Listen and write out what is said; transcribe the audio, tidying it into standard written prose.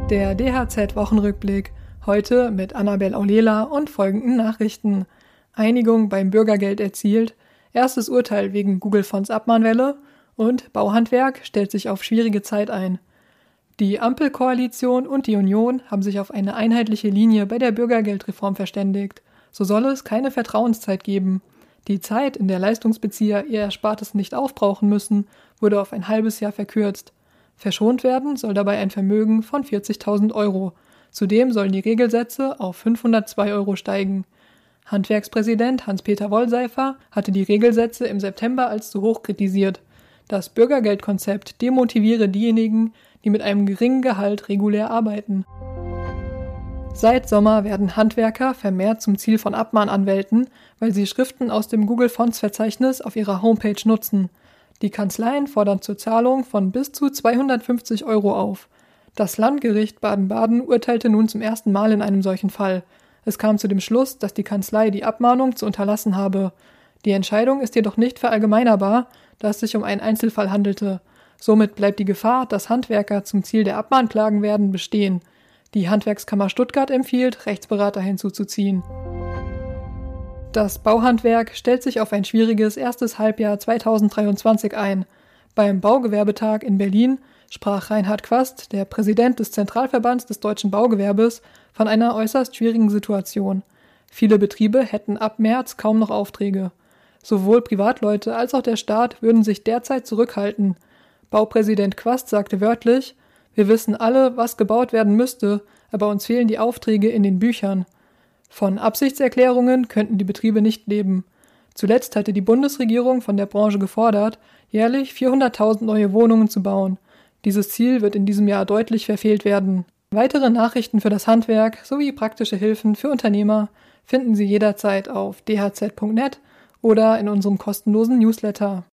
Der DHZ-Wochenrückblick, heute mit Annabel Aulela und folgenden Nachrichten. Einigung beim Bürgergeld erzielt, erstes Urteil wegen Google-Fonds Abmahnwelle und Bauhandwerk stellt sich auf schwierige Zeit ein. Die Ampelkoalition und die Union haben sich auf eine einheitliche Linie bei der Bürgergeldreform verständigt. So soll es keine Vertrauenszeit geben. Die Zeit, in der Leistungsbezieher ihr Erspartes nicht aufbrauchen müssen, wurde auf ein halbes Jahr verkürzt. Verschont werden soll dabei ein Vermögen von 40.000 Euro. Zudem sollen die Regelsätze auf 502 Euro steigen. Handwerkspräsident Hans-Peter Wollseifer hatte die Regelsätze im September als zu hoch kritisiert. Das Bürgergeldkonzept demotiviere diejenigen, die mit einem geringen Gehalt regulär arbeiten. Seit Sommer werden Handwerker vermehrt zum Ziel von Abmahnanwälten, weil sie Schriften aus dem Google-Fonds-Verzeichnis auf ihrer Homepage nutzen. Die Kanzleien fordern zur Zahlung von bis zu 250 Euro auf. Das Landgericht Baden-Baden urteilte nun zum ersten Mal in einem solchen Fall. Es kam zu dem Schluss, dass die Kanzlei die Abmahnung zu unterlassen habe. Die Entscheidung ist jedoch nicht verallgemeinerbar, da es sich um einen Einzelfall handelte. Somit bleibt die Gefahr, dass Handwerker zum Ziel der Abmahnklagen werden, bestehen. Die Handwerkskammer Stuttgart empfiehlt, Rechtsberater hinzuzuziehen. Das Bauhandwerk stellt sich auf ein schwieriges erstes Halbjahr 2023 ein. Beim Baugewerbetag in Berlin sprach Reinhard Quast, der Präsident des Zentralverbands des deutschen Baugewerbes, von einer äußerst schwierigen Situation. Viele Betriebe hätten ab März kaum noch Aufträge. Sowohl Privatleute als auch der Staat würden sich derzeit zurückhalten. Baupräsident Quast sagte wörtlich: „Wir wissen alle, was gebaut werden müsste, aber uns fehlen die Aufträge in den Büchern." Von Absichtserklärungen könnten die Betriebe nicht leben. Zuletzt hatte die Bundesregierung von der Branche gefordert, jährlich 400.000 neue Wohnungen zu bauen. Dieses Ziel wird in diesem Jahr deutlich verfehlt werden. Weitere Nachrichten für das Handwerk sowie praktische Hilfen für Unternehmer finden Sie jederzeit auf dhz.net oder in unserem kostenlosen Newsletter.